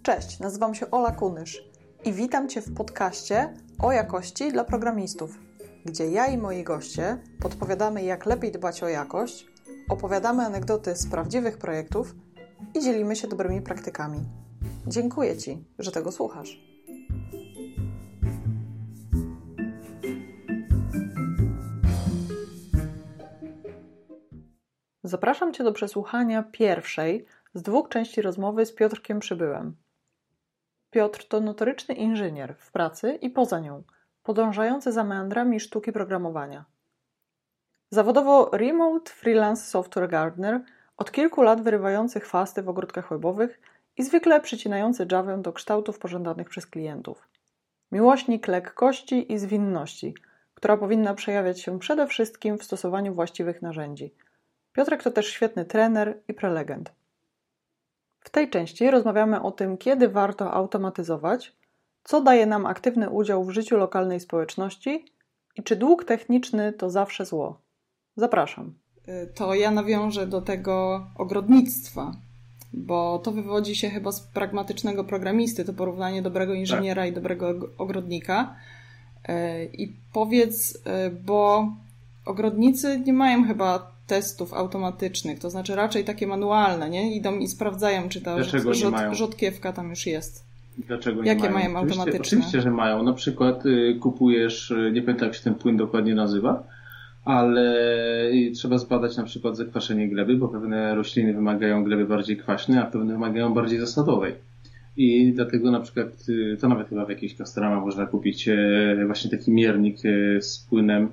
Cześć, nazywam się Ola Kunysz i witam Cię w podcaście o jakości dla programistów, gdzie ja i moi goście podpowiadamy, jak lepiej dbać o jakość, opowiadamy anegdoty z prawdziwych projektów i dzielimy się dobrymi praktykami. Dziękuję Ci, że tego słuchasz. Zapraszam Cię do przesłuchania pierwszej z 2 części rozmowy z Piotrkiem Przybyłem. Piotr to notoryczny inżynier w pracy i poza nią, podążający za meandrami sztuki programowania. Zawodowo remote freelance software gardener, od kilku lat wyrywający chwasty w ogródkach webowych i zwykle przycinający Javę do kształtów pożądanych przez klientów. Miłośnik lekkości i zwinności, która powinna przejawiać się przede wszystkim w stosowaniu właściwych narzędzi. Piotrek to też świetny trener i prelegent. W tej części rozmawiamy o tym, kiedy warto automatyzować, co daje nam aktywny udział w życiu lokalnej społeczności i czy dług techniczny to zawsze zło. Zapraszam. To ja nawiążę do tego ogrodnictwa, bo to wywodzi się chyba z pragmatycznego programisty, to porównanie dobrego inżyniera i dobrego ogrodnika. I powiedz, bo ogrodnicy nie mają chyba testów automatycznych, to znaczy raczej takie manualne, nie? Idą i sprawdzają, czy ta rzodkiewka tam już jest. Dlaczego nie Jakie mają? automatyczne? Oczywiście, że mają. Na przykład kupujesz, nie pamiętam jak się ten płyn dokładnie nazywa, ale trzeba zbadać na przykład zakwaszenie gleby, bo pewne rośliny wymagają gleby bardziej kwaśnej, a pewne wymagają bardziej zasadowej. I dlatego na przykład, to nawet chyba w jakiejś Castorama można kupić właśnie taki miernik z płynem,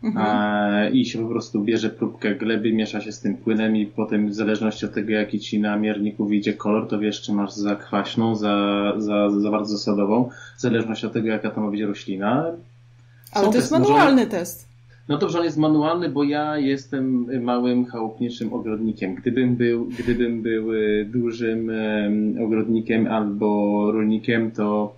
i się po prostu bierze próbkę gleby, miesza się z tym płynem i potem w zależności od tego, jaki ci na mierniku wyjdzie kolor, to wiesz, czy masz za kwaśną, za bardzo zasadową, w zależności od tego, jaka to ma być roślina. Ale to jest manualny test. No dobrze, on jest manualny, bo ja jestem małym, chałupniczym ogrodnikiem. Gdybym był dużym ogrodnikiem albo rolnikiem, to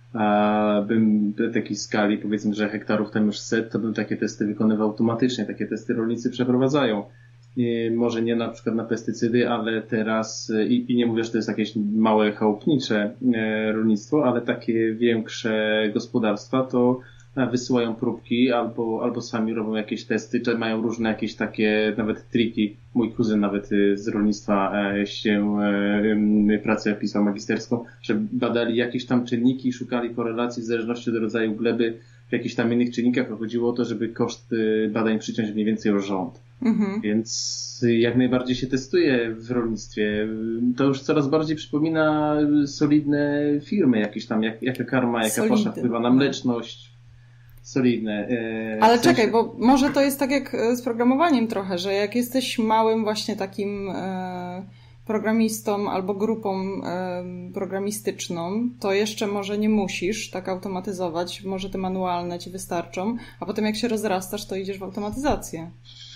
bym w takiej skali, powiedzmy, że hektarów tam już 100, to bym takie testy wykonywał automatycznie. Takie testy rolnicy przeprowadzają. Może nie na przykład na pestycydy, ale teraz, i nie mówię, że to jest jakieś małe, chałupnicze rolnictwo, ale takie większe gospodarstwa to wysyłają próbki albo sami robią jakieś testy, czy mają różne jakieś takie nawet triki. Mój kuzyn nawet z rolnictwa się pracę pisał magisterską, że badali jakieś tam czynniki, szukali korelacji w zależności od rodzaju gleby w jakichś tam innych czynnikach. Chodziło o to, żeby koszt badań przyciąć mniej więcej o rząd. Więc jak najbardziej się testuje w rolnictwie. To już coraz bardziej przypomina solidne firmy, jakieś tam, jaka karma, jaka pasza wpływa na mleczność. Solidne. Ale czekaj, bo może to jest tak jak z programowaniem trochę, że jak jesteś małym właśnie takim programistą albo grupą programistyczną, to jeszcze może nie musisz tak automatyzować, może te manualne ci wystarczą, a potem jak się rozrastasz, to idziesz w automatyzację.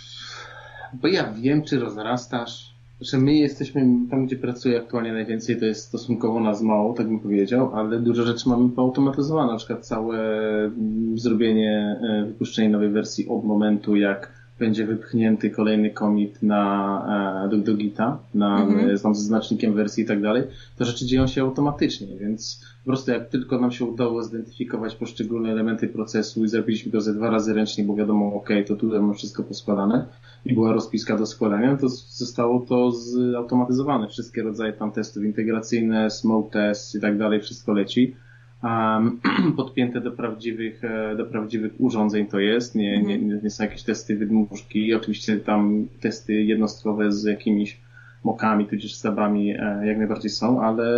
Bo ja wiem, czy rozrastasz, że my jesteśmy tam, gdzie pracuję aktualnie najwięcej, to jest stosunkowo nas mało, tak bym powiedział, ale dużo rzeczy mamy poautomatyzowane, na przykład całe zrobienie, wypuszczenie nowej wersji od momentu, jak będzie wypchnięty kolejny commit do Gita, tam ze znacznikiem wersji i tak dalej, to rzeczy dzieją się automatycznie, więc po prostu jak tylko nam się udało zidentyfikować poszczególne elementy procesu i zrobiliśmy to ze 2 razy ręcznie, bo wiadomo, to tutaj mamy wszystko poskładane i była rozpiska do składania, to zostało to zautomatyzowane. Wszystkie rodzaje tam testów integracyjne, smoke test i tak dalej, wszystko leci. Podpięte do prawdziwych urządzeń to jest, nie są jakieś testy wydmuszki, oczywiście tam testy jednostkowe z jakimiś mockami, tudzież sabami jak najbardziej są, ale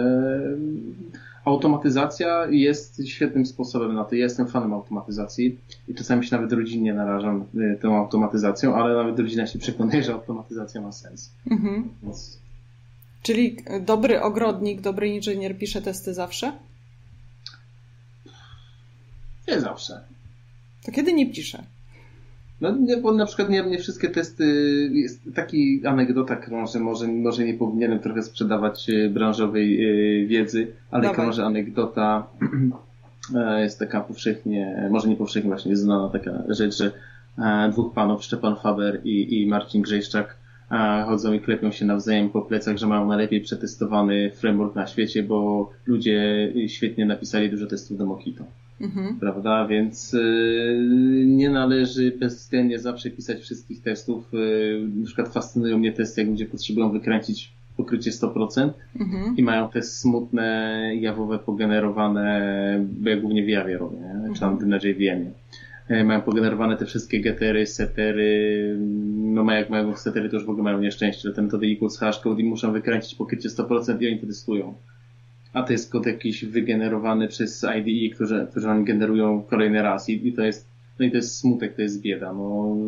automatyzacja jest świetnym sposobem na to. Ja jestem fanem automatyzacji i czasami się nawet rodzinnie narażam tą automatyzacją, ale nawet rodzina się przekonuje, że automatyzacja ma sens. Więc... Czyli dobry ogrodnik, dobry inżynier pisze testy zawsze? Nie zawsze. To kiedy nie pisze? No nie, bo na przykład nie wszystkie testy, jest taki anegdota krąży, może nie powinienem trochę sprzedawać branżowej wiedzy, ale krąży anegdota, jest taka powszechnie, może nie powszechnie właśnie, jest znana taka rzecz, że 2 panów, Szczepan Faber i Marcin Grzejszczak, chodzą i klepią się nawzajem po plecach, że mają najlepiej przetestowany framework na świecie, bo ludzie świetnie napisali dużo testów do Mockito. Prawda? Więc nie należy bezwzględnie zawsze pisać wszystkich testów. Na przykład fascynują mnie testy, jak ludzie potrzebują wykręcić pokrycie 100% i mają te smutne, jawowe, pogenerowane, bo ja głównie w Jawie robię, czy tam na JVM-ie. Mają pogenerowane te wszystkie gettery, settery, no jak mają settery, to już w ogóle mają nieszczęście, że ten metody equals hashcode i muszą wykręcić pokrycie 100% i oni to testują. A to jest kod jakiś wygenerowany przez IDE, którzy oni generują kolejny raz i to jest, no i to jest smutek, to jest bieda, no.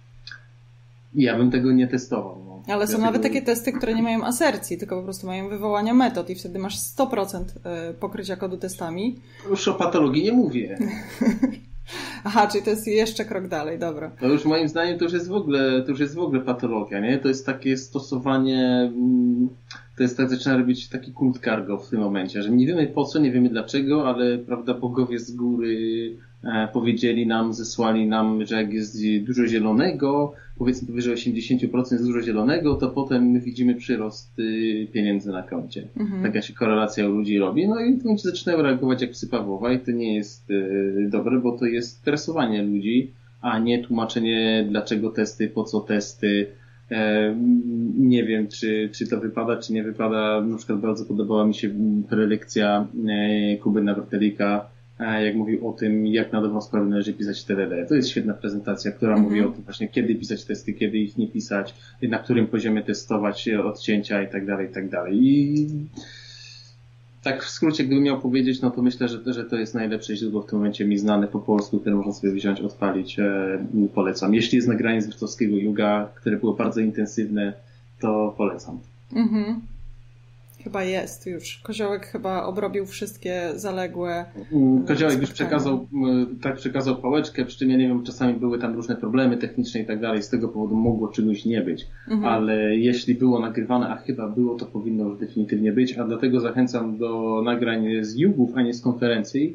Ja bym tego nie testował. No. Ale są nawet takie testy, które nie mają asercji, tylko po prostu mają wywołania metod i wtedy masz 100% pokrycia kodu testami. Już o patologii nie mówię. Aha, czyli to jest jeszcze krok dalej, dobra. To już moim zdaniem to już jest w ogóle patologia, nie? To jest takie stosowanie, to jest tak, zaczyna robić taki kult cargo w tym momencie, że nie wiemy po co, nie wiemy dlaczego, ale prawda, bogowie z góry powiedzieli nam, zesłali nam, że jak jest dużo zielonego, powiedzmy powyżej 80% jest dużo zielonego, to potem my widzimy przyrost pieniędzy na koncie. Taka się korelacja u ludzi robi, no i w momencie zaczynają reagować jak psy Pawłowa i to nie jest dobre, bo to jest stresowanie ludzi, a nie tłumaczenie dlaczego testy, po co testy. Nie wiem, czy to wypada, czy nie wypada. Na przykład bardzo podobała mi się prelekcja Kuby Nawrtelika, jak mówił o tym, jak na dobrą sprawę należy pisać TDD. To jest świetna prezentacja, która mówi o tym właśnie, kiedy pisać testy, kiedy ich nie pisać, na którym poziomie testować odcięcia i tak dalej, i tak dalej. I tak w skrócie, gdybym miał powiedzieć, no to myślę, że to jest najlepsze źródło w tym momencie mi znane po polsku, które można sobie wziąć, odpalić, polecam. Jeśli jest nagranie z wrocławskiego Yuga, które było bardzo intensywne, to polecam. Chyba jest już. Koziołek chyba obrobił wszystkie zaległe. Koziołek już przekazał pałeczkę, przy czym ja nie wiem, czasami były tam różne problemy techniczne i tak dalej, z tego powodu mogło czegoś nie być. Ale jeśli było nagrywane, a chyba było, to powinno już definitywnie być, a dlatego zachęcam do nagrań z Yugów, a nie z konferencji,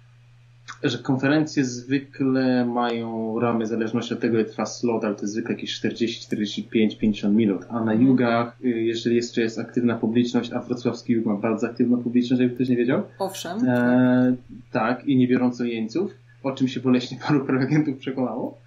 że konferencje zwykle mają ramy w zależności od tego, ile trwa slot, ale to jest zwykle jakieś 40, 45, 50 minut, a na Yugach, jeżeli jeszcze jest aktywna publiczność, a wrocławski Yug ma bardzo aktywną publiczność, jakby ktoś nie wiedział. Owszem. Tak, i nie biorąco jeńców, o czym się boleśnie paru prelegentów przekonało,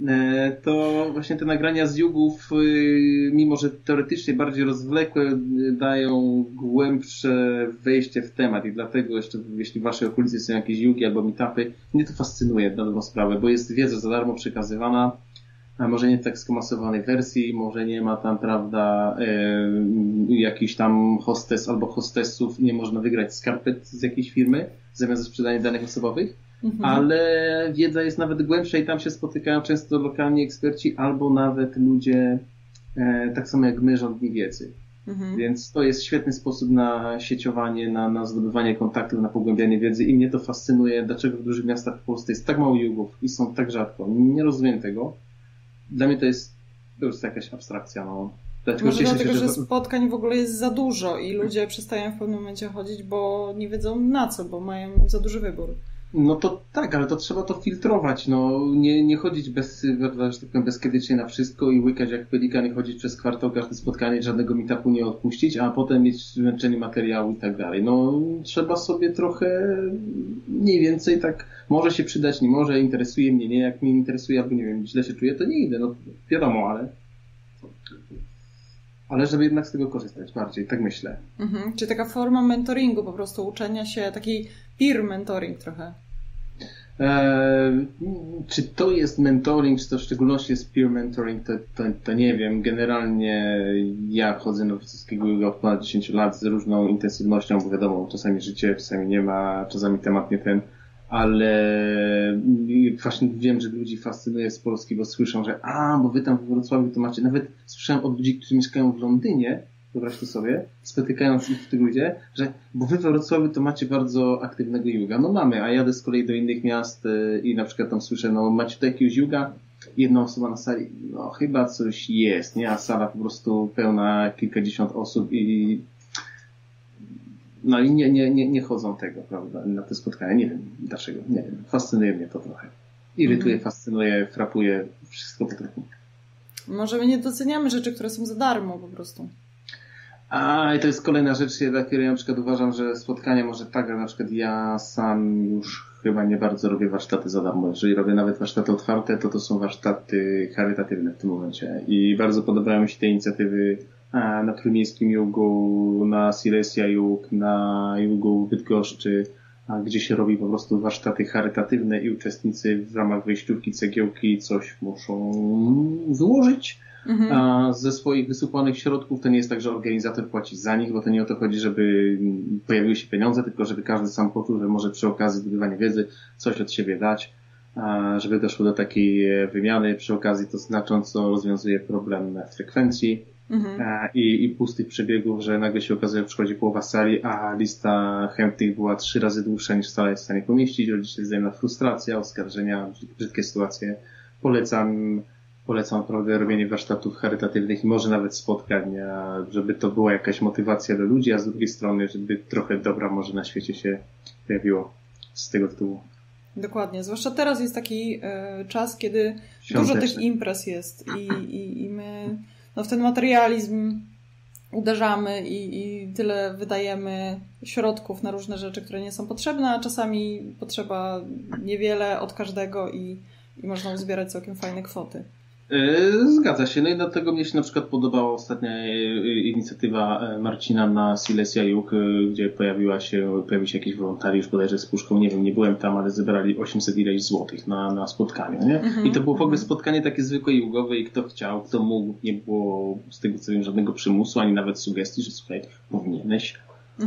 to właśnie te nagrania z Yugów, mimo że teoretycznie bardziej rozwlekłe, dają głębsze wejście w temat i dlatego jeszcze, jeśli w waszej okolicy są jakieś Yugi albo meetupy, mnie to fascynuje na dobrą sprawę, bo jest wiedza za darmo przekazywana, a może nie w tak skomasowanej wersji, może nie ma tam, prawda, jakiś tam hostes albo hostessów, nie można wygrać skarpet z jakiejś firmy zamiast za sprzedanie danych osobowych. Ale wiedza jest nawet głębsza i tam się spotykają często lokalni eksperci albo nawet ludzie tak samo jak my, rządni wiedzy. Więc to jest świetny sposób na sieciowanie, na zdobywanie kontaktów, na pogłębianie wiedzy i mnie to fascynuje, dlaczego w dużych miastach w Polsce jest tak mało Yugów i są tak rzadko. Nie rozumiem tego. Dla mnie to jest jakaś abstrakcja. No. Może dlatego, że spotkań w ogóle jest za dużo i ludzie przestają w pewnym momencie chodzić, bo nie wiedzą na co, bo mają za duży wybór. No to tak, ale to trzeba to filtrować, no nie chodzić bezkrytycznie na wszystko i łykać jak pelikan i chodzić przez kwartał każde spotkanie, żadnego meetupu nie odpuścić, a potem mieć zmęczenie materiału i tak dalej. No trzeba sobie trochę mniej więcej tak, może się przydać, nie może, interesuje mnie, nie, jak mnie interesuje, albo nie wiem, źle się czuję, to nie idę, no wiadomo, ale żeby jednak z tego korzystać bardziej, tak myślę. Czy taka forma mentoringu, po prostu uczenia się, taki peer mentoring trochę? Czy to jest mentoring, czy to w szczególności jest peer mentoring, to nie wiem. Generalnie ja chodzę na wrocławskiego Yuga od ponad 10 lat z różną intensywnością, bo wiadomo, czasami życie, czasami nie ma, czasami temat nie ten, ale właśnie wiem, że ludzi fascynuje z Polski, bo słyszą, że bo wy tam w Wrocławiu to macie, nawet słyszałem od ludzi, którzy mieszkają w Londynie, wyobraźcie sobie, spotykając ich w tych ludzie, że bo wy w Wrocławiu to macie bardzo aktywnego Yuga. No mamy, a jadę z kolei do innych miast i na przykład tam słyszę, no macie tutaj jakiegoś Yuga, jedna osoba na sali, no chyba coś jest, nie? A sala po prostu pełna kilkadziesiąt osób i no i nie chodzą tego, prawda, na te spotkania. Nie wiem dlaczego, nie wiem. Fascynuje mnie to trochę. Irytuje, fascynuje, frapuje, wszystko po trochu. Może my nie doceniamy rzeczy, które są za darmo po prostu. I to jest kolejna rzecz, dla której ja na przykład uważam, że spotkania może tak, ale na przykład ja sam już chyba nie bardzo robię warsztaty za darmo. Jeżeli robię nawet warsztaty otwarte, to są warsztaty charytatywne w tym momencie. I bardzo podobają mi się te inicjatywy na Trójmiejskim Jugu, na Silesia Jug, na Jugu Bydgoszczy, gdzie się robi po prostu warsztaty charytatywne i uczestnicy w ramach wejściówki, cegiełki coś muszą wyłożyć. Ze swoich wysupłanych środków. To nie jest tak, że organizator płaci za nich, bo to nie o to chodzi, żeby pojawiły się pieniądze, tylko żeby każdy sam poczuł, że może przy okazji zdobywania wiedzy coś od siebie dać, żeby doszło do takiej wymiany. Przy okazji to znacząco rozwiązuje problem frekwencji i pustych przebiegów, że nagle się okazuje, że przychodzi połowa sali, a lista chętnych była 3 razy dłuższa niż sala jest w stanie pomieścić. Rodzice wzajemna frustracja, oskarżenia, brzydkie sytuacje. Polecam naprawdę robienie warsztatów charytatywnych i może nawet spotkań, żeby to była jakaś motywacja dla ludzi, a z drugiej strony, żeby trochę dobra może na świecie się pojawiło z tego tytułu. Dokładnie. Zwłaszcza teraz jest taki czas, kiedy dużo tych imprez jest i my w ten materializm uderzamy i tyle wydajemy środków na różne rzeczy, które nie są potrzebne, a czasami potrzeba niewiele od każdego i można uzbierać całkiem fajne kwoty. Zgadza się. No i dlatego mnie się na przykład podobała ostatnia inicjatywa Marcina na Silesia Jug, gdzie pojawił się jakiś wolontariusz bodajże z puszką, nie wiem, nie byłem tam, ale zebrali 800 ileś złotych na spotkaniu, nie? I to było w ogóle spotkanie takie zwykłe jugowe i kto chciał, kto mógł, nie było z tego co wiem żadnego przymusu, ani nawet sugestii, że słuchaj, powinieneś.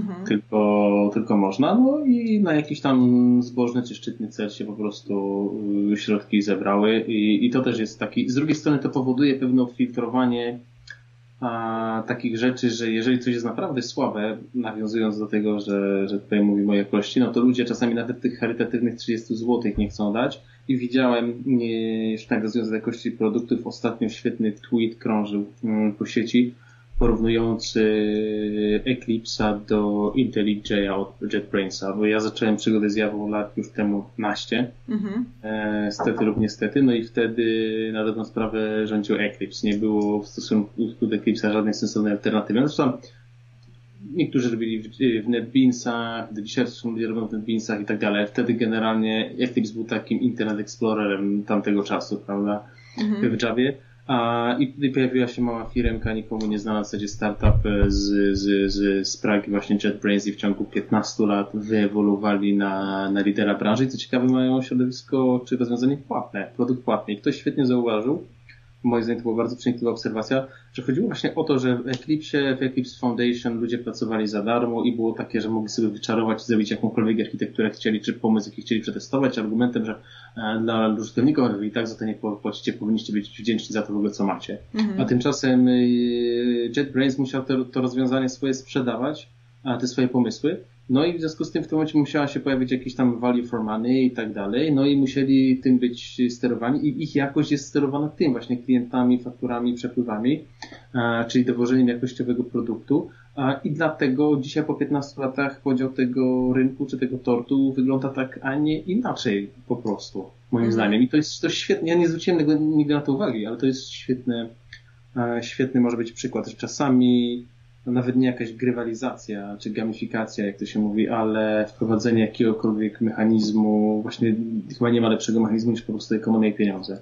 Tylko można, no i na jakiś tam zbożny czy szczytny cel się po prostu środki zebrały i to też jest taki, z drugiej strony to powoduje pewne odfiltrowanie takich rzeczy, że jeżeli coś jest naprawdę słabe, nawiązując do tego, że tutaj mówimy o jakości, no to ludzie czasami nawet tych charytatywnych 30 zł nie chcą dać i widziałem, jeszcze nawiązując do jakości produktów, ostatnio świetny tweet krążył po sieci, porównujący Eclipse'a do IntelliJ'a od JetBrainsa, bo ja zacząłem przygodę z Jawą lat już temu 15, stety lub niestety, no i wtedy na dobrą sprawę rządził Eclipse. Nie było w stosunku do Eclipse'a żadnej sensownej alternatywy. Zresztą niektórzy robili w NetBeansach, dzisiaj ludzie robią w NetBeansach i tak dalej. Wtedy generalnie Eclipse był takim Internet Explorerem tamtego czasu, prawda, w Javie. I tutaj pojawiła się mała firmka, nikomu nieznana w zasadzie startup z Pragi, właśnie JetBrains, i w ciągu 15 lat wyewoluowali na lidera branży. I co ciekawe, mają środowisko czy rozwiązanie płatne, produkt płatny. I ktoś świetnie zauważył, moim zdaniem to była bardzo przenikliwa obserwacja, że chodziło właśnie o to, że w Eclipse Foundation ludzie pracowali za darmo i było takie, że mogli sobie wyczarować i zrobić jakąkolwiek architekturę chcieli, czy pomysł, jaki chcieli przetestować, argumentem, że dla użytkowników, ale i tak za to nie płacicie, powinniście być wdzięczni za to w ogóle, co macie. A tymczasem JetBrains musiał to rozwiązanie swoje sprzedawać, te swoje pomysły. No i w związku z tym w tym momencie musiała się pojawić jakiś tam value for money i tak dalej, no i musieli tym być sterowani i ich jakość jest sterowana tym właśnie klientami, fakturami, przepływami, czyli dowożeniem jakościowego produktu. I dlatego dzisiaj po 15 latach podział tego rynku czy tego tortu wygląda tak, a nie inaczej po prostu, moim zdaniem. I to jest świetne, ja nie zwróciłem nigdy na to uwagi, ale to jest świetny może być przykład, że czasami nawet nie jakaś grywalizacja czy gamifikacja, jak to się mówi, ale wprowadzenie jakiegokolwiek mechanizmu, właśnie chyba nie ma lepszego mechanizmu niż po prostu ekonomia i pieniądze.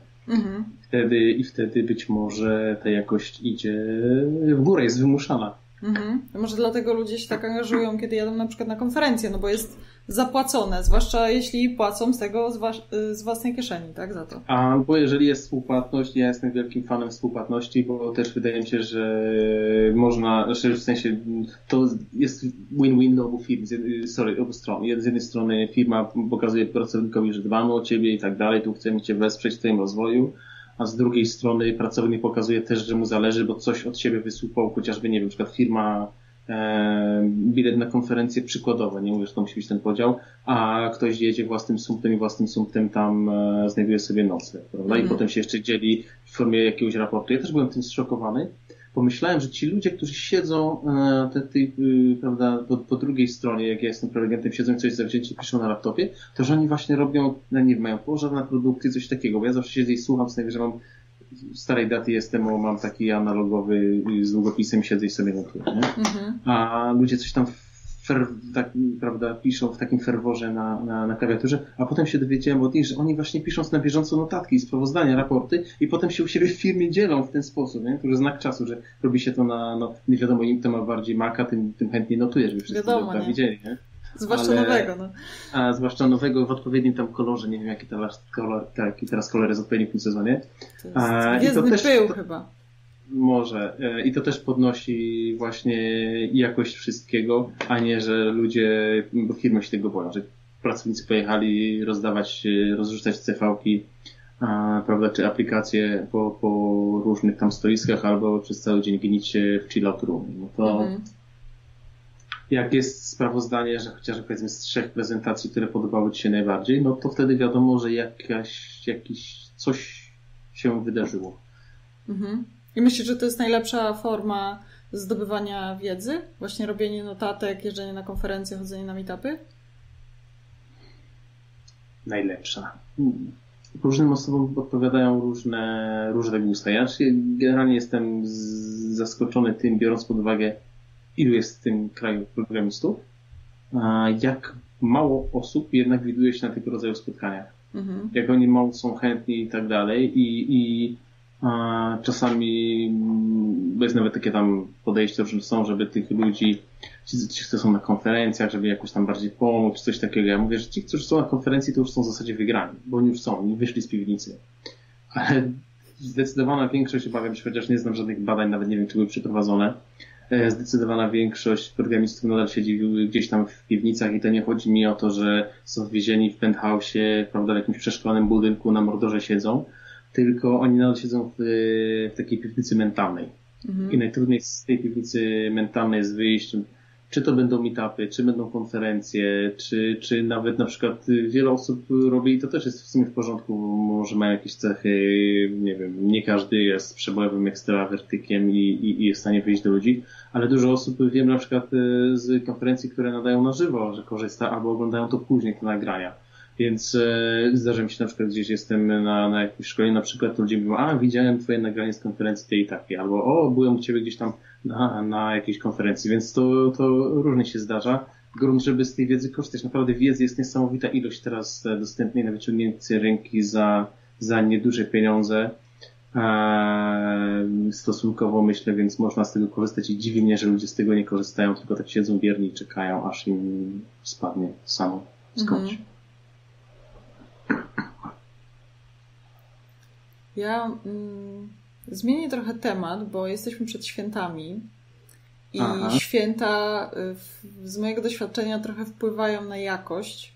Wtedy być może ta jakość idzie w górę, jest wymuszana. Może dlatego ludzie się tak angażują, kiedy jadą na przykład na konferencję, no bo jest zapłacone, zwłaszcza jeśli płacą z tego z własnej kieszeni, tak, za to. Bo jeżeli jest współpłatność, ja jestem wielkim fanem współpłatności, bo też wydaje mi się, że można, w sensie to jest win-win dla obu firm, obu stron. Z jednej strony firma pokazuje pracownikowi, że dbamy o ciebie i tak dalej, tu chcemy cię wesprzeć w twoim rozwoju, a z drugiej strony pracownik pokazuje też, że mu zależy, bo coś od siebie wysłupał, chociażby, nie wiem, na przykład firma bilet na konferencję przykładowo, nie mówię, że to musi być ten podział, a ktoś jedzie własnym sumptem tam znajduje sobie nocleg, prawda? I potem się jeszcze dzieli w formie jakiegoś raportu. Ja też byłem tym zszokowany. Pomyślałem, że ci ludzie, którzy siedzą prawda, po drugiej stronie, jak ja jestem prelegentem, siedzą i coś zawzięci piszą na laptopie, to że oni właśnie robią, nie wiem, mają pożar na produkcji, coś takiego, bo ja zawsze siedzę i słucham, co najwyżej mam starej daty jestem, mam taki analogowy z długopisem, siedzę i sobie notuję, nie? A ludzie coś tam prawda, piszą w takim ferworze na klawiaturze, a potem się dowiedziałem od nich, że oni właśnie piszą na bieżąco notatki, sprawozdania, raporty i potem się u siebie w firmie dzielą w ten sposób, nie? To już znak czasu, że robi się to nie wiadomo, im to ma bardziej Maca, tym chętniej notuje, żeby wszyscy to widzieli, nie? Zwłaszcza nowego, no. A zwłaszcza nowego w odpowiednim tam kolorze, nie wiem jaki teraz kolor jest odpowiedni w tym sezonie. Gwiezdny pył chyba. Może. I to też podnosi właśnie jakość wszystkiego, a nie, że ludzie, bo firmy się tego boją, że pracownicy pojechali rozrzucać CV-ki, prawda, czy aplikacje po różnych tam stoiskach, albo przez cały dzień gnić się w chill-out room. No to jak jest sprawozdanie, że chociażby powiedzmy z 3 prezentacji, które podobały Ci się najbardziej, no to wtedy wiadomo, że coś się wydarzyło. I myślisz, że to jest najlepsza forma zdobywania wiedzy? Właśnie robienie notatek, jeżdżenie na konferencje, chodzenie na meetupy? Najlepsza. Różnym osobom odpowiadają różne gusta. Ja generalnie jestem zaskoczony tym, biorąc pod uwagę, ilu jest w tym kraju programistów, jak mało osób jednak widuje się na tego rodzaju spotkaniach. Jak oni mało są chętni i tak dalej i czasami jest nawet takie tam podejście, że są, żeby tych ludzi, ci, którzy są na konferencjach, żeby jakoś tam bardziej pomóc, coś takiego. Ja mówię, że ci, którzy są na konferencji, to już są w zasadzie wygrani, bo oni już są, oni wyszli z piwnicy. Ale zdecydowana większość, obawiam się, chociaż nie znam żadnych badań, nawet nie wiem, czy były przeprowadzone, zdecydowana większość programistów nadal siedzi gdzieś tam w piwnicach i to nie chodzi mi o to, że są wwiezieni w penthouse'ie, prawda, w jakimś przeszklonym budynku, na mordorze siedzą, tylko oni nadal siedzą w takiej piwnicy mentalnej. I najtrudniej z tej piwnicy mentalnej jest wyjść, czy to będą meetupy, czy będą konferencje, czy nawet na przykład wiele osób robi i to też jest w sumie w porządku, może mają jakieś cechy, nie wiem, nie każdy jest przebojowym ekstrawertykiem i jest w stanie wyjść do ludzi, ale dużo osób wiem na przykład z konferencji, które nadają na żywo, że korzysta albo oglądają to później, te nagrania. Więc zdarza mi się na przykład gdzieś jestem na jakimś szkoleniu, na przykład to ludzie mówią, widziałem twoje nagranie z konferencji tej i takiej, albo byłem u ciebie gdzieś tam na jakiejś konferencji, więc to różnie się zdarza. Grunt, żeby z tej wiedzy korzystać. Naprawdę wiedzy jest niesamowita ilość teraz dostępnej na wyciągnięcie ręki za nieduże pieniądze. Stosunkowo myślę, więc można z tego korzystać i dziwi mnie, że ludzie z tego nie korzystają, tylko tak siedzą bierni i czekają, aż im spadnie samo skądś. Ja zmienię trochę temat, bo jesteśmy przed świętami i święta z mojego doświadczenia trochę wpływają na jakość.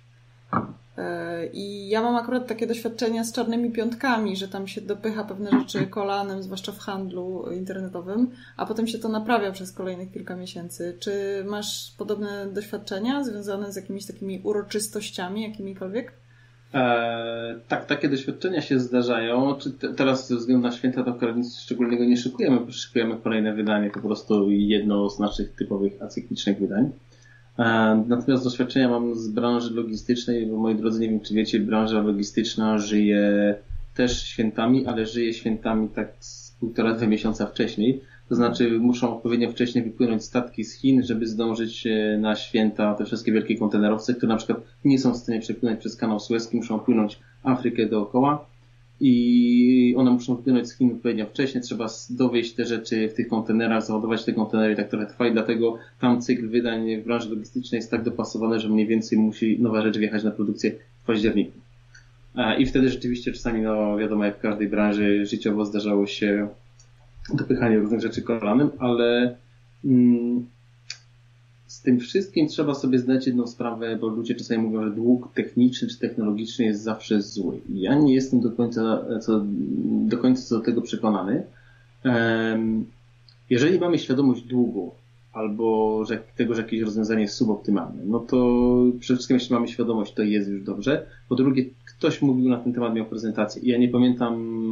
I ja mam akurat takie doświadczenia z czarnymi piątkami, że tam się dopycha pewne rzeczy kolanem, zwłaszcza w handlu internetowym, a potem się to naprawia przez kolejnych kilka miesięcy. Czy masz podobne doświadczenia związane z jakimiś takimi uroczystościami, jakimikolwiek? Tak, takie doświadczenia się zdarzają. Teraz ze względu na święta to akurat nic szczególnego nie szykujemy, bo szykujemy kolejne wydanie, to po prostu jedno z naszych typowych acyklicznych wydań. Natomiast doświadczenia mam z branży logistycznej, bo moi drodzy, nie wiem czy wiecie, branża logistyczna żyje też świętami, ale żyje świętami tak z 1,5-2 miesiąca wcześniej. To znaczy muszą odpowiednio wcześniej wypłynąć statki z Chin, żeby zdążyć na święta te wszystkie wielkie kontenerowce, które na przykład nie są w stanie przepłynąć przez kanał Suezki, muszą płynąć Afrykę dookoła i one muszą wypłynąć z Chin odpowiednio wcześniej. Trzeba dowieźć te rzeczy w tych kontenerach, załadować te kontenery i tak trochę trwa i dlatego tam cykl wydań w branży logistycznej jest tak dopasowany, że mniej więcej musi nowa rzecz wjechać na produkcję w październiku. I wtedy rzeczywiście czasami, no wiadomo, jak w każdej branży życiowo zdarzało się dopychanie różnych rzeczy kolanem, ale z tym wszystkim trzeba sobie zdać jedną sprawę, bo ludzie czasami mówią, że dług techniczny czy technologiczny jest zawsze zły. Ja nie jestem do końca co do tego przekonany. Jeżeli mamy świadomość długu albo tego, że jakieś rozwiązanie jest suboptymalne, no to przede wszystkim jeśli mamy świadomość, to jest już dobrze. Po drugie, ktoś mówił na ten temat, miał prezentację i ja nie pamiętam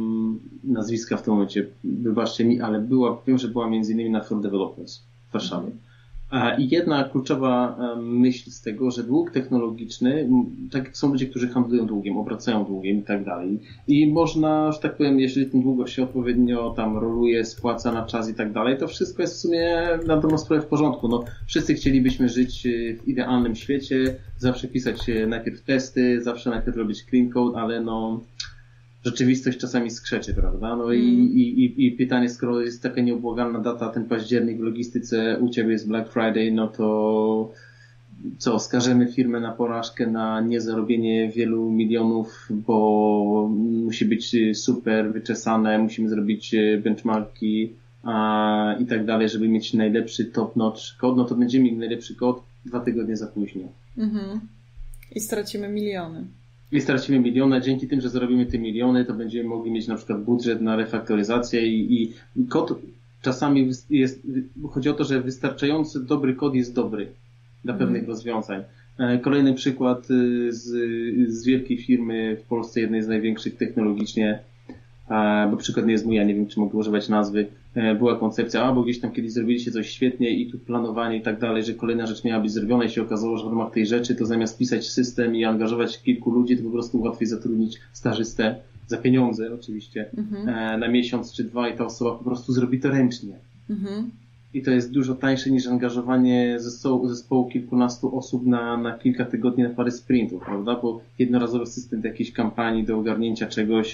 nazwiska w tym momencie, wybaczcie mi, ale wiem, że była między innymi na For Developers w Warszawie. I jedna kluczowa myśl z tego, że dług technologiczny, tak jak są ludzie, którzy handlują długiem, obracają długiem i tak dalej. I można, że tak powiem, jeżeli ten dług się odpowiednio tam roluje, spłaca na czas i tak dalej, to wszystko jest w sumie na dobrą sprawę w porządku. No, wszyscy chcielibyśmy żyć w idealnym świecie, zawsze pisać najpierw testy, zawsze najpierw robić clean code, ale no rzeczywistość czasami skrzeczy, prawda? No i pytanie, skoro jest taka nieubłagalna data, ten październik w logistyce, u Ciebie jest Black Friday, no to co, skażemy firmę na porażkę, na niezarobienie wielu milionów, bo musi być super wyczesane, musimy zrobić benchmarki i tak dalej, żeby mieć najlepszy top-notch kod, no to będziemy mieli najlepszy kod 2 tygodnie za późno. I stracimy miliony. I stracimy miliony, dzięki tym, że zarobimy te miliony, to będziemy mogli mieć na przykład budżet na refaktoryzację i kod czasami chodzi o to, że wystarczający dobry kod jest dobry dla pewnych rozwiązań. Kolejny przykład z wielkiej firmy w Polsce, jednej z największych technologicznie, bo przykład nie jest mój, ja nie wiem, czy mogę używać nazwy, była koncepcja, bo gdzieś tam kiedyś zrobiliście coś świetnie i tu planowanie i tak dalej, że kolejna rzecz miała być zrobiona i się okazało, że w ramach tej rzeczy to zamiast pisać system i angażować kilku ludzi, to po prostu łatwiej zatrudnić stażystę za pieniądze oczywiście na miesiąc czy 2 i ta osoba po prostu zrobi to ręcznie. I to jest dużo tańsze niż angażowanie zespołu kilkunastu osób na kilka tygodni na parę sprintów, prawda? Bo jednorazowy system do jakiejś kampanii, do ogarnięcia czegoś.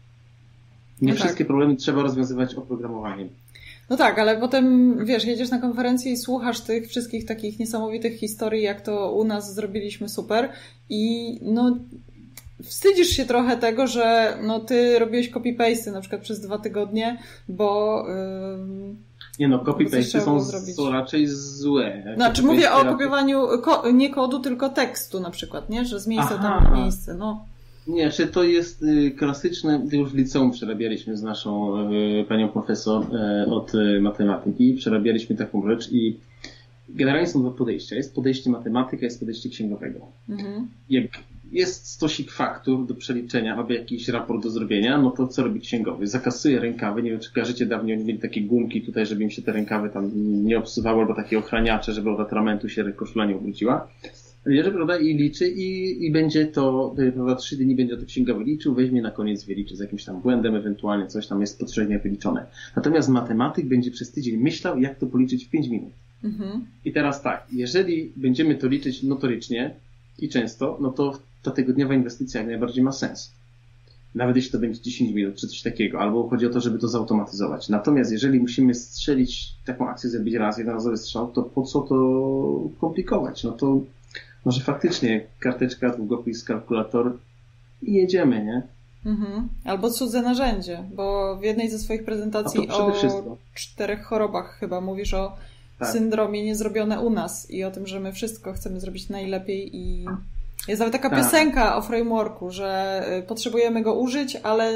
Nie wszystkie problemy trzeba rozwiązywać oprogramowaniem. No tak, ale potem, wiesz, jedziesz na konferencję i słuchasz tych wszystkich takich niesamowitych historii, jak to u nas zrobiliśmy super i no wstydzisz się trochę tego, że no ty robiłeś copy-paste na przykład przez 2 tygodnie, bo nie no, copy-paste są raczej złe. Znaczy mówię o kopiowaniu nie kodu, tylko tekstu na przykład, nie? Że z miejsca tam na miejsce, no. Nie, czy to jest klasyczne, już w liceum przerabialiśmy z naszą panią profesor od matematyki, przerabialiśmy taką rzecz i generalnie są 2 podejścia. Jest podejście matematyka, jest podejście księgowego. Jak jest stosik faktur do przeliczenia albo jakiś raport do zrobienia, no to co robi księgowy? Zakasuje rękawy, nie wiem czy kojarzycie, dawniej oni mieli takie gumki tutaj, żeby im się te rękawy tam nie obsuwały, albo takie ochraniacze, żeby od atramentu się koszula nie obróciła. Bierze, prawda, i liczy i będzie to, prawda, 3 dni będzie to księgowy liczył, weźmie na koniec wyliczy z jakimś tam błędem, ewentualnie coś tam jest potrzebnie wyliczone. Natomiast matematyk będzie przez tydzień myślał, jak to policzyć w 5 minut. I teraz tak, jeżeli będziemy to liczyć notorycznie i często, no to ta tygodniowa inwestycja jak najbardziej ma sens. Nawet jeśli to będzie 10 minut czy coś takiego, albo chodzi o to, żeby to zautomatyzować. Natomiast jeżeli musimy strzelić taką akcję, zrobić raz, jednorazowy strzał, to po co to komplikować? No to może faktycznie karteczka, długopis, kalkulator i jedziemy, nie? Albo cudze narzędzie, bo w jednej ze swoich prezentacji o 4 chorobach chyba mówisz o syndromie niezrobione u nas i o tym, że my wszystko chcemy zrobić najlepiej i jest nawet taka piosenka o frameworku, że potrzebujemy go użyć, ale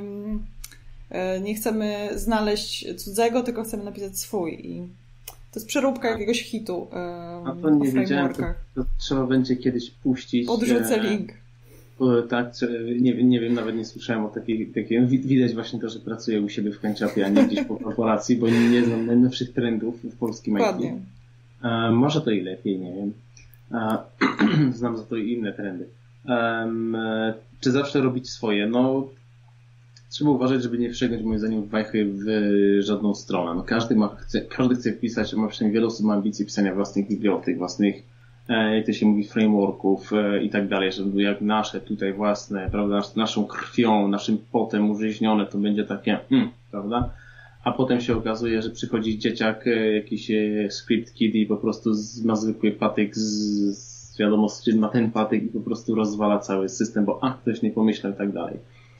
nie chcemy znaleźć cudzego, tylko chcemy napisać swój i to jest przeróbka jakiegoś hitu a to nie wiedziałem, to trzeba będzie kiedyś puścić. Podrzucę link. Tak, nie wiem, nawet nie słyszałem o takiej, widać właśnie to, że pracuję u siebie w Kanciapie, a nie gdzieś po korporacji, bo nie znam najnowszych trendów w polskim IT. Może to i lepiej, nie wiem. Znam za to i inne trendy. Czy zawsze robić swoje? No, trzeba uważać, żeby nie przegiąć moim zdaniem wajchy w żadną stronę. No, każdy chce pisać, ma przynajmniej wiele osób ma ambicje pisania własnych bibliotek, własnych, jak to się mówi, frameworków i tak dalej, żeby jak nasze tutaj własne, prawda, naszą krwią, naszym potem użyźnione, to będzie takie, prawda? A potem się okazuje, że przychodzi dzieciak, jakiś script kid i po prostu ma zwykły patyk wiadomo, ma ten patyk i po prostu rozwala cały system, bo ktoś nie pomyślał i tak dalej.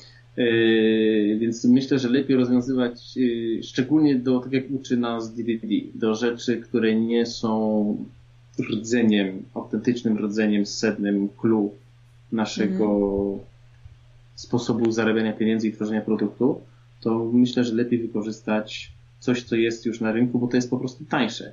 Więc myślę, że lepiej rozwiązywać, szczególnie tak jak uczy nas DDD, do rzeczy, które nie są rdzeniem, autentycznym rdzeniem, sednem, clue naszego sposobu zarabiania pieniędzy i tworzenia produktu, to myślę, że lepiej wykorzystać coś, co jest już na rynku, bo to jest po prostu tańsze.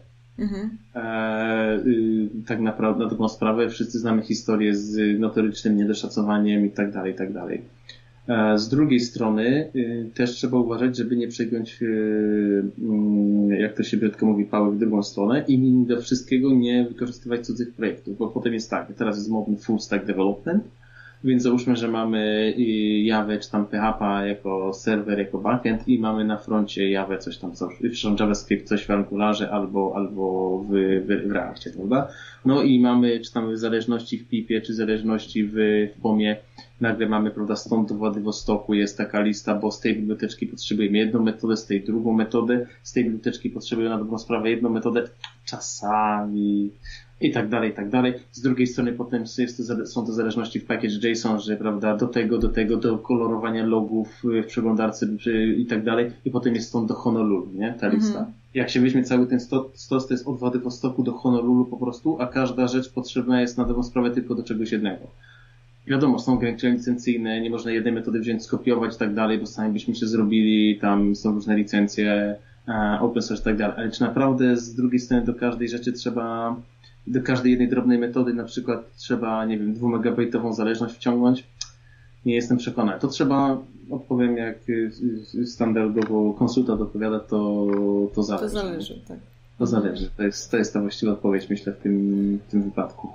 Tak naprawdę, na dobrą sprawę, wszyscy znamy historię z notorycznym niedoszacowaniem i tak dalej, i tak dalej. Z drugiej strony też trzeba uważać, żeby nie przegiąć, jak to się brzydko mówi, pały w drugą stronę i do wszystkiego nie wykorzystywać cudzych projektów, bo potem jest tak, teraz jest modny full stack development, więc załóżmy, że mamy Java czy tam PHP jako serwer, jako backend i mamy na froncie Java coś tam, JavaScript coś w Angularze albo w Reactie, prawda? No i mamy, czy tam w zależności w Pipie, czy zależności w POM-ie, nagle mamy, prawda, stąd do Władywostoku jest taka lista, bo z tej biblioteczki potrzebujemy jedną metodę, z tej drugą metodę, z tej biblioteczki potrzebujemy na dobrą sprawę jedną metodę, czasami i tak dalej, i tak dalej. Z drugiej strony potem są to zależności w package JSON, że, prawda, do kolorowania logów w przeglądarce i tak dalej i potem jest stąd do Honolulu, nie, ta lista. Jak się weźmie cały ten stos, to jest od Władywostoku do Honolulu po prostu, a każda rzecz potrzebna jest na dobrą sprawę tylko do czegoś jednego. Wiadomo, są ograniczenia licencyjne, nie można jednej metody wziąć, skopiować i tak dalej, bo sami byśmy się zrobili, tam są różne licencje, open source i tak dalej, ale czy naprawdę z drugiej strony do każdej rzeczy trzeba, do każdej jednej drobnej metody na przykład trzeba, nie wiem, 2-megabajtową zależność wciągnąć? Nie jestem przekonany. To trzeba, odpowiem jak standardowo konsultant odpowiada, to zależy. To zależy, tak. To zależy. To jest ta właściwa odpowiedź, myślę, w tym wypadku.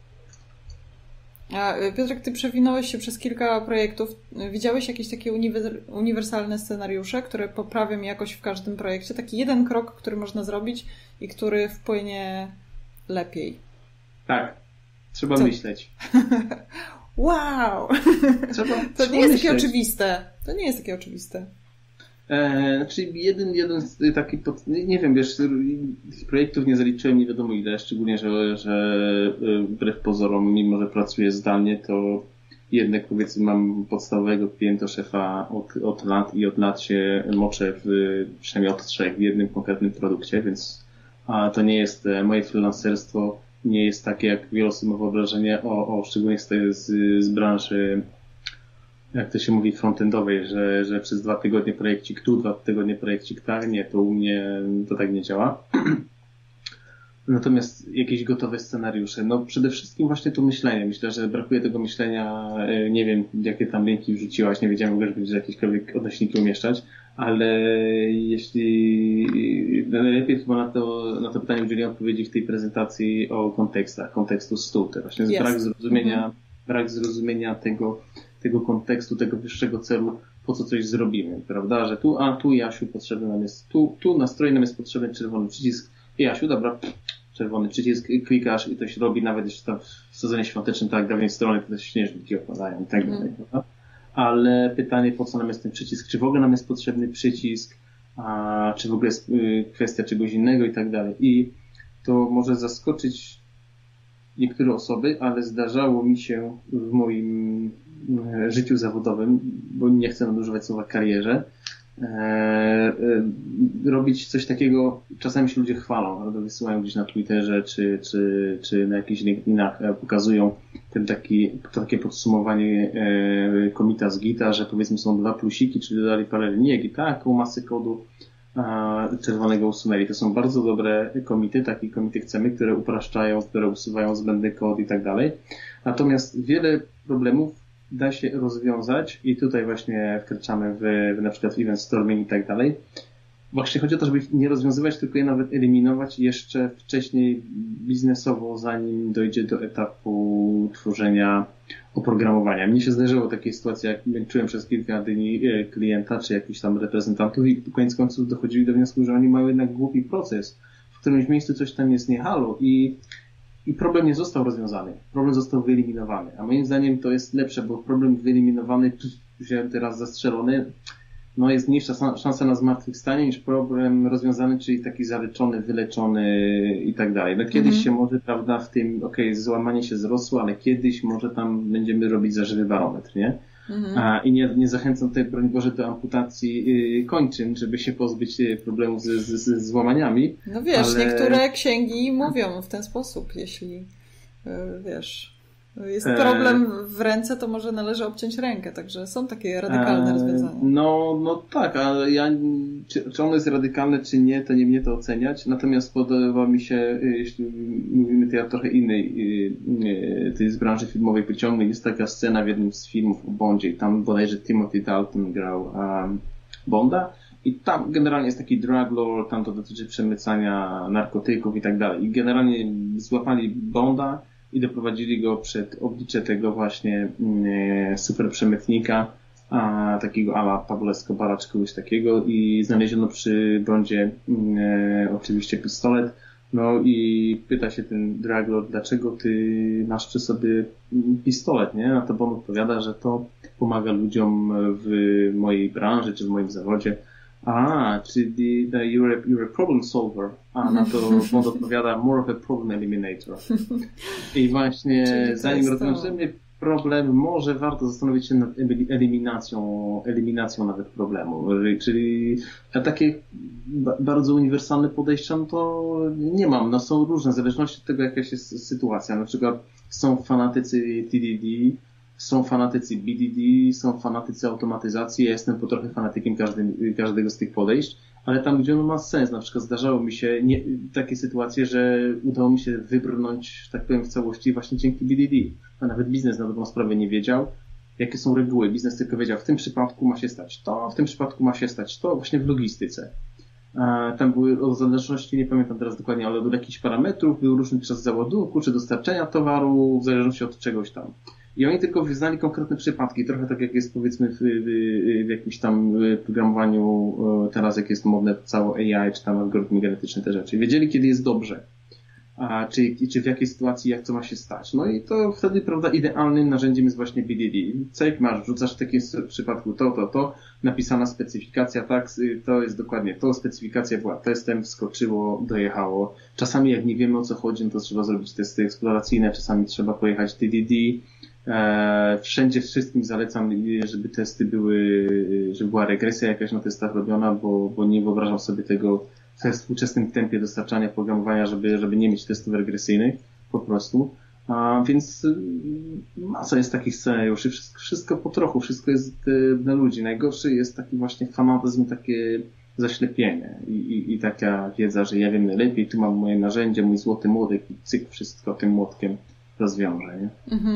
A Piotrek, ty przewinąłeś się przez kilka projektów. Widziałeś jakieś takie uniwersalne scenariusze, które poprawią jakoś w każdym projekcie? Taki jeden krok, który można zrobić i który wpłynie lepiej. Tak. Trzeba myśleć. Wow! To nie jest takie oczywiste. To nie jest takie oczywiste. Znaczy jeden taki, nie wiem, wiesz, tych projektów nie zaliczyłem nie wiadomo ile, szczególnie, że wbrew pozorom, mimo że pracuję zdalnie, to jednak powiedzmy mam podstawowego klienta, szefa od lat i od lat się moczę przynajmniej od 3 w jednym konkretnym produkcie, więc to nie jest moje freelancerstwo, nie jest takie jak wiele osób ma wyobrażenie szczególnie z branży, jak to się mówi, frontendowej, że przez 2 tygodnie projekcik tu, 2 tygodnie projekcik tak, nie, to u mnie to tak nie działa. Natomiast jakieś gotowe scenariusze, no przede wszystkim właśnie to myślenie. Myślę, że brakuje tego myślenia, nie wiem, jakie tam linki wrzuciłaś, nie wiedziałem w ogóle, że będziesz jakiekolwiek odnośniki umieszczać, ale jeśli najlepiej chyba na to pytanie udzieliłem odpowiedzi w tej prezentacji o kontekstach, kontekstu stół. To właśnie jest brak zrozumienia tego kontekstu, tego wyższego celu, po co coś zrobimy, prawda, że tu Jasiu potrzebny nam jest, tu na stronie nam jest potrzebny czerwony przycisk, Jasiu, dobra, czerwony przycisk, klikasz i to się robi, nawet jeszcze tam w sezonie świątecznym, tak, dawniej strony, to się śnieżniki opadają i tak dalej, prawda? Ale pytanie, po co nam jest ten przycisk, czy w ogóle nam jest potrzebny przycisk, czy w ogóle jest kwestia czegoś innego i tak dalej. I to może zaskoczyć niektóre osoby, ale zdarzało mi się w moim życiu zawodowym, bo nie chcę nadużywać słowa karierze, robić coś takiego, czasami się ludzie chwalą, prawda? Wysyłają gdzieś na Twitterze czy na jakichś LinkedInach, pokazują takie podsumowanie commita z Gita, że powiedzmy są 2 plusiki, czyli dodali parę linijek i taką masę kodu czerwonego usunęli. To są bardzo dobre komity, takie komity chcemy, które upraszczają, które usuwają zbędny kod i tak dalej. Natomiast wiele problemów da się rozwiązać i tutaj właśnie wkraczamy w na przykład event storming i tak dalej. Właśnie chodzi o to, żeby nie rozwiązywać, tylko je nawet eliminować jeszcze wcześniej biznesowo, zanim dojdzie do etapu tworzenia oprogramowania. Mnie się zdarzyło takie sytuacje, jak męczyłem przez kilka dni klienta, czy jakichś tam reprezentantów i koniec końców dochodzili do wniosku, że oni mają jednak głupi proces, w którymś miejscu coś tam jest nie halo i problem nie został rozwiązany. Problem został wyeliminowany. A moim zdaniem to jest lepsze, bo problem wyeliminowany, wziąłem teraz zastrzelony, no jest mniejsza szansa na zmartwychwstanie niż problem rozwiązany, czyli taki zaleczony, wyleczony i tak dalej. No kiedyś się może, prawda, w tym, złamanie się zrosło, ale kiedyś może tam będziemy robić zażywy barometr, nie? I nie zachęcam tutaj, broń Boże, do amputacji kończyn, żeby się pozbyć problemów z złamaniami. No wiesz, ale niektóre księgi mówią w ten sposób, jeśli wiesz, Jest problem w ręce, to może należy obciąć rękę, także są takie radykalne rozwiązania. No tak, ale czy ono jest radykalne, czy nie, to nie mnie to oceniać. Natomiast podoba mi się, jeśli mówimy tutaj o trochę innej, tej z branży filmowej pociągnej, jest taka scena w jednym z filmów o Bondzie, tam bodajże Timothy Dalton grał Bonda i tam generalnie jest taki drug lord, tam to dotyczy przemycania narkotyków i tak dalej. I generalnie złapali Bonda i doprowadzili go przed oblicze tego właśnie super przemytnika, takiego a la Pablo Escobara czy kogoś takiego i znaleziono przy Bondzie oczywiście pistolet. No i pyta się ten drug lord, dlaczego ty masz przy sobie pistolet, nie? Na to Bond odpowiada, że to pomaga ludziom w mojej branży czy w moim zawodzie. Czyli you're a problem solver. Na to Bond odpowiada, more of a problem eliminator. I właśnie zanim rozwiążemy problem, może warto zastanowić się nad eliminacją nawet problemu. Czyli takie bardzo uniwersalne podejścia, no to nie mam. No są różne, w zależności od tego, jaka jest sytuacja. Na przykład są fanatycy TDD, są fanatycy BDD, są fanatycy automatyzacji. Ja jestem trochę fanatykiem każdego z tych podejść, ale tam, gdzie ono ma sens. Na przykład zdarzało mi się takie sytuacje, że udało mi się wybrnąć, tak powiem, w całości właśnie dzięki BDD. A nawet biznes na dobrą sprawę nie wiedział, jakie są reguły. Biznes tylko wiedział, w tym przypadku ma się stać to, w tym przypadku ma się stać to, właśnie w logistyce. Tam były, w zależności, nie pamiętam teraz dokładnie, ale od jakichś parametrów, był różny czas załadunku, czy dostarczenia towaru, w zależności od czegoś tam. I oni tylko wyznali konkretne przypadki, trochę tak jak jest powiedzmy w jakimś tam programowaniu teraz, jak jest modne całe AI, czy tam algorytmy genetyczne, te rzeczy. Wiedzieli, kiedy jest dobrze, czy w jakiej sytuacji, jak to ma się stać. No i to wtedy, prawda, idealnym narzędziem jest właśnie BDD. Cyk, masz, wrzucasz w takim przypadku to, napisana specyfikacja, tak, to jest dokładnie to, specyfikacja była testem, wskoczyło, dojechało. Czasami jak nie wiemy, o co chodzi, no to trzeba zrobić testy eksploracyjne, czasami trzeba pojechać DDD. Wszędzie wszystkim zalecam, żeby testy żeby była regresja jakaś na testach robiona, bo nie wyobrażam sobie tego w współczesnym tempie dostarczania programowania, żeby nie mieć testów regresyjnych, po prostu. Więc masa jest takich scenariuszy, wszystko po trochu, wszystko jest dla ludzi. Najgorszy jest taki właśnie fanatyzm, takie zaślepienie i taka wiedza, że ja wiem najlepiej, tu mam moje narzędzie, mój złoty młodek i cyk, wszystko tym młotkiem rozwiąże, nie? Mhm.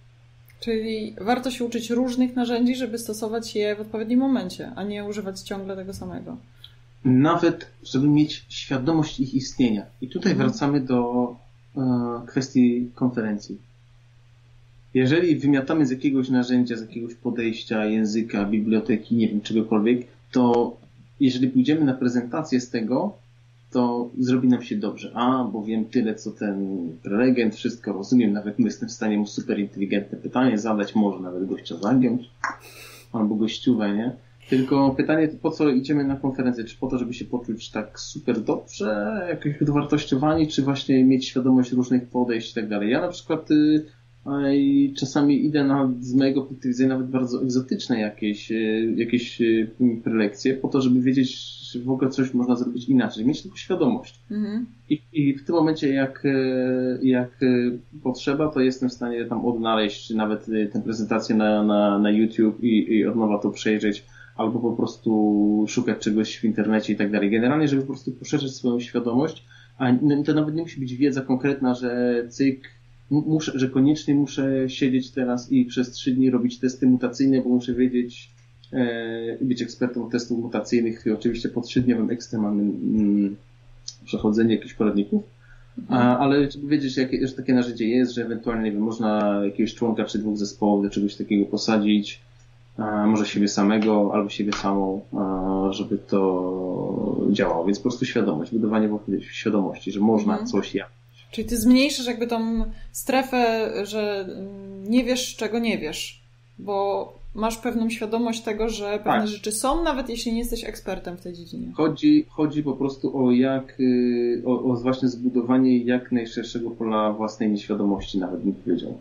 Czyli warto się uczyć różnych narzędzi, żeby stosować je w odpowiednim momencie, a nie używać ciągle tego samego. Nawet, żeby mieć świadomość ich istnienia. I tutaj wracamy do kwestii konferencji. Jeżeli wymiatamy z jakiegoś narzędzia, z jakiegoś podejścia, języka, biblioteki, nie wiem, czegokolwiek, to jeżeli pójdziemy na prezentację z tego, to zrobi nam się dobrze. Bo wiem tyle, co ten prelegent, wszystko rozumiem, nawet jestem w stanie mu super inteligentne pytanie zadać, może nawet gościa zagiąć, albo gościówę, nie? Tylko pytanie, po co idziemy na konferencję? Czy po to, żeby się poczuć tak super dobrze, jakieś dowartościowanie, czy właśnie mieć świadomość różnych podejść i tak dalej. Ja na przykład czasami idę z mojego punktu widzenia nawet bardzo egzotyczne jakieś prelekcje, po to, żeby wiedzieć, że w ogóle coś można zrobić inaczej, mieć tylko świadomość. Mhm. I w tym momencie, jak potrzeba, to jestem w stanie tam odnaleźć nawet tę prezentację na YouTube i od nowa to przejrzeć, albo po prostu szukać czegoś w internecie i tak dalej. Generalnie, żeby po prostu poszerzyć swoją świadomość, a to nawet nie musi być wiedza konkretna, że że koniecznie muszę siedzieć teraz i przez 3 dni robić testy mutacyjne, bo muszę wiedzieć, być ekspertem od testów mutacyjnych i oczywiście po 3-dniowym ekstremalnym przechodzeniu jakichś poradników. Ale żeby wiedzieć, że takie narzędzie jest, że ewentualnie nie wiem, można jakiegoś członka czy 2 zespołów do czegoś takiego posadzić, może siebie samego albo siebie samą, żeby to działało. Więc po prostu świadomość, budowanie wokół świadomości, że można coś Czyli ty zmniejszysz jakby tą strefę, że nie wiesz, czego nie wiesz, bo masz pewną świadomość tego, że pewne rzeczy są, nawet jeśli nie jesteś ekspertem w tej dziedzinie. Chodzi po prostu o właśnie zbudowanie jak najszerszego pola własnej nieświadomości, nawet bym powiedział.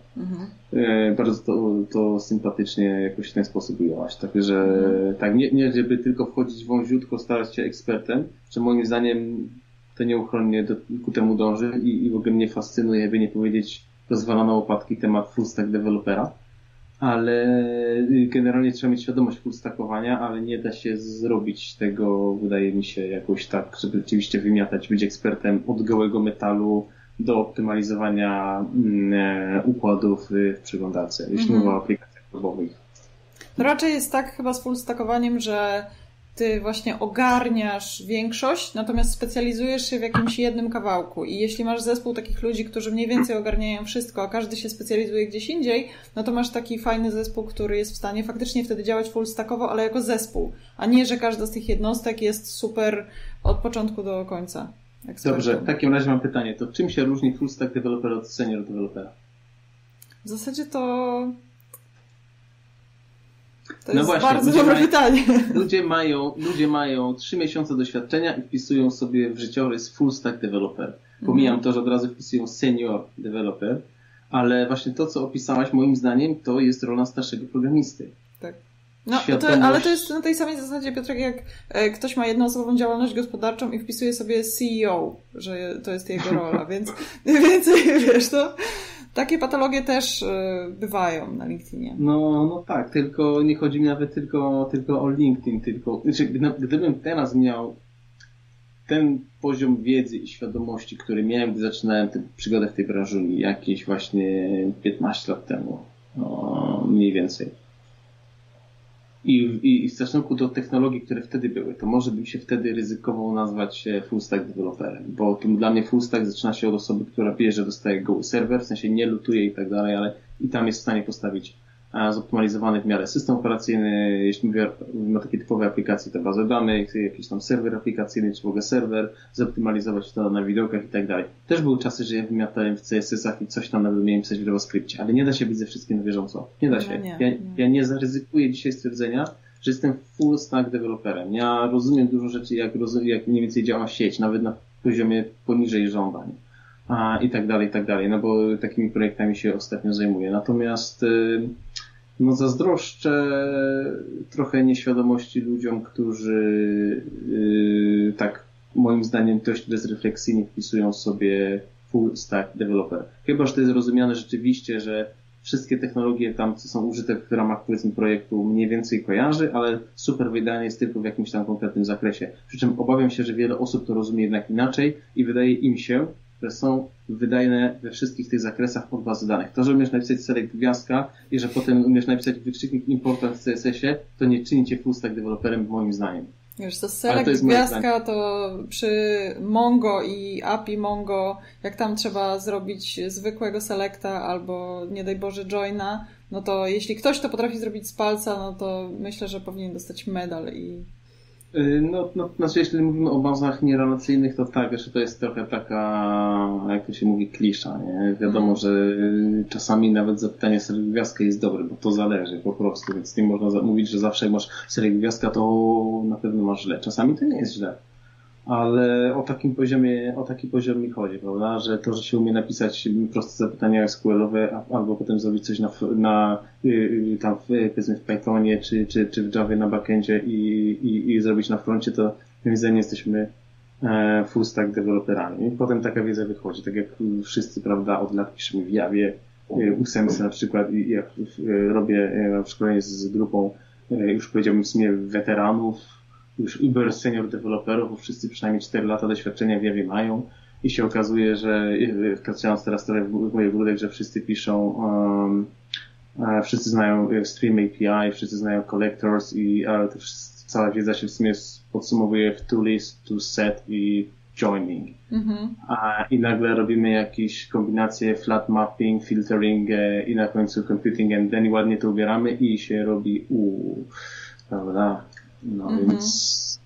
Bardzo to sympatycznie jakoś w ten sposób ujęłaś. Także tak, nie żeby tylko wchodzić wąziutko, starać się ekspertem, że moim zdaniem to nieuchronnie ku temu dąży i w ogóle mnie fascynuje, by nie powiedzieć rozwala na łopatki temat full stack dewelopera, ale generalnie trzeba mieć świadomość full stackowania, ale nie da się zrobić tego, wydaje mi się, jakoś tak, żeby rzeczywiście wymiatać, być ekspertem od gołego metalu do optymalizowania układów w przeglądarce, jeśli mowa o aplikacjach webowych. To raczej jest tak chyba z full stackowaniem, że ty właśnie ogarniasz większość, natomiast specjalizujesz się w jakimś jednym kawałku. I jeśli masz zespół takich ludzi, którzy mniej więcej ogarniają wszystko, a każdy się specjalizuje gdzieś indziej, no to masz taki fajny zespół, który jest w stanie faktycznie wtedy działać full stackowo, ale jako zespół, a nie, że każda z tych jednostek jest super od początku do końca. Dobrze, w takim razie mam pytanie. To czym się różni full stack developer od senior dewelopera? W zasadzie to jest no właśnie, bardzo dobre pytanie. Ludzie mają 3 miesiące doświadczenia i wpisują sobie w życiorys full stack developer. Pomijam to, że od razu wpisują senior developer, ale właśnie to, co opisałaś, moim zdaniem, to jest rola starszego programisty. Tak. No, ale to jest na tej samej zasadzie, Piotrek, jak ktoś ma jednoosobową działalność gospodarczą i wpisuje sobie CEO, że to jest jego rola, więc wiesz, to takie patologie też bywają na LinkedInie. No tak, tylko nie chodzi mi nawet tylko o LinkedIn, gdybym teraz miał ten poziom wiedzy i świadomości, który miałem, gdy zaczynałem tę przygodę w tej branży jakieś właśnie 15 lat temu, mniej więcej. I w stosunku do technologii, które wtedy były, to może bym się wtedy ryzykował nazwać się full stack developerem, bo dla mnie full stack zaczyna się od osoby, która bierze, dostaje goły serwer, w sensie nie lutuje i tak dalej, ale i tam jest w stanie postawić zoptymalizowany w miarę system operacyjny, jeśli mówię o takiej typowej aplikacji, to bazę danych, jakiś tam serwer aplikacyjny, czy w ogóle serwer, zoptymalizować to na widełkach i tak dalej. Też były czasy, że ja wymiatałem w CSS-ach i coś tam nawet miałem pisać w JavaScriptie, ale nie da się być ze wszystkim na bieżąco. Nie da się. Ja nie zaryzykuję dzisiaj stwierdzenia, że jestem full stack deweloperem. Ja rozumiem dużo rzeczy, jak mniej więcej działa sieć, nawet na poziomie poniżej żądań. I tak dalej, no bo takimi projektami się ostatnio zajmuję. Natomiast zazdroszczę trochę nieświadomości ludziom, którzy tak moim zdaniem dość bezrefleksyjnie wpisują sobie full stack developer. Chyba że to jest rozumiane rzeczywiście, że wszystkie technologie tam, co są użyte w ramach, powiedzmy, projektu mniej więcej kojarzy, ale super wydane jest tylko w jakimś tam konkretnym zakresie. Przy czym obawiam się, że wiele osób to rozumie jednak inaczej i wydaje im się, że są wydajne we wszystkich tych zakresach od bazy danych. To, że umiesz napisać select gwiazdka i że potem umiesz napisać wykrzyknik important w CSS-ie, to nie czyni cię full stack deweloperem moim zdaniem. Wiesz, to select gwiazdka to przy Mongo i API Mongo, jak tam trzeba zrobić zwykłego selecta albo nie daj Boże joina, no to jeśli ktoś to potrafi zrobić z palca, no to myślę, że powinien dostać medal i... Znaczy jeśli mówimy o bazach nierelacyjnych, to tak, że to jest trochę taka, jak to się mówi, klisza, nie? Wiadomo, że czasami nawet zapytanie select gwiazdka jest dobre, bo to zależy po prostu, więc nie można mówić, że zawsze jak masz select gwiazdka, to na pewno masz źle. Czasami to nie jest źle. Ale o taki poziom mi chodzi, prawda? Że to, że się umie napisać proste zapytania SQL-owe, albo potem zrobić coś tam powiedzmy w Pythonie, czy w Javie na backendzie i zrobić na froncie, to moim zdaniem jesteśmy full stack deweloperami. I potem taka wiedza wychodzi, tak jak wszyscy, prawda, od lat piszemy w Javie, 8 na przykład, i jak robię szkolenie z grupą, już powiedziałbym w sumie weteranów, już uber senior deweloperów, bo wszyscy przynajmniej 4 lata doświadczenia w Javie mają i się okazuje, że wkraczając teraz trochę w moje ogródek, że wszyscy piszą, wszyscy znają Stream API, wszyscy znają collectors i cała wiedza się w sumie podsumowuje w to list, to set i joining. I nagle robimy jakieś kombinacje flat mapping, filtering i na końcu computing and then ładnie to ubieramy i się robi prawda? No więc...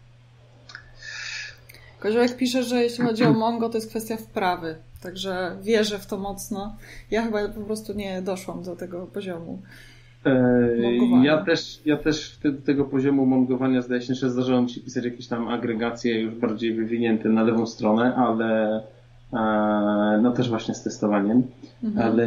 Koziołek pisze, że jeśli chodzi o Mongo, to jest kwestia wprawy. Także wierzę w to mocno. Ja chyba po prostu nie doszłam do tego poziomu mongowania. Ja też do tego poziomu mongowania zdaje się, że zdarzało mi się pisać jakieś tam agregacje już bardziej wywinięte na lewą stronę, ale no też właśnie z testowaniem, ale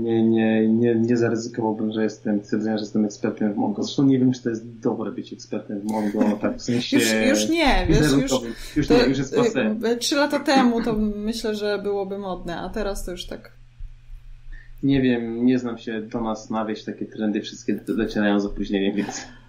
nie zaryzykowałbym, że jestem ekspertem w Mongo. Zresztą nie wiem, czy to jest dobre być ekspertem w Mongo, no tak w sensie... Już nie, wiesz, już jest passé. 3 lata temu to myślę, że byłoby modne, a teraz to już tak... Nie wiem, nie znam się, Tomasz, na wieś takie trendy wszystkie docierają z opóźnieniem, więc...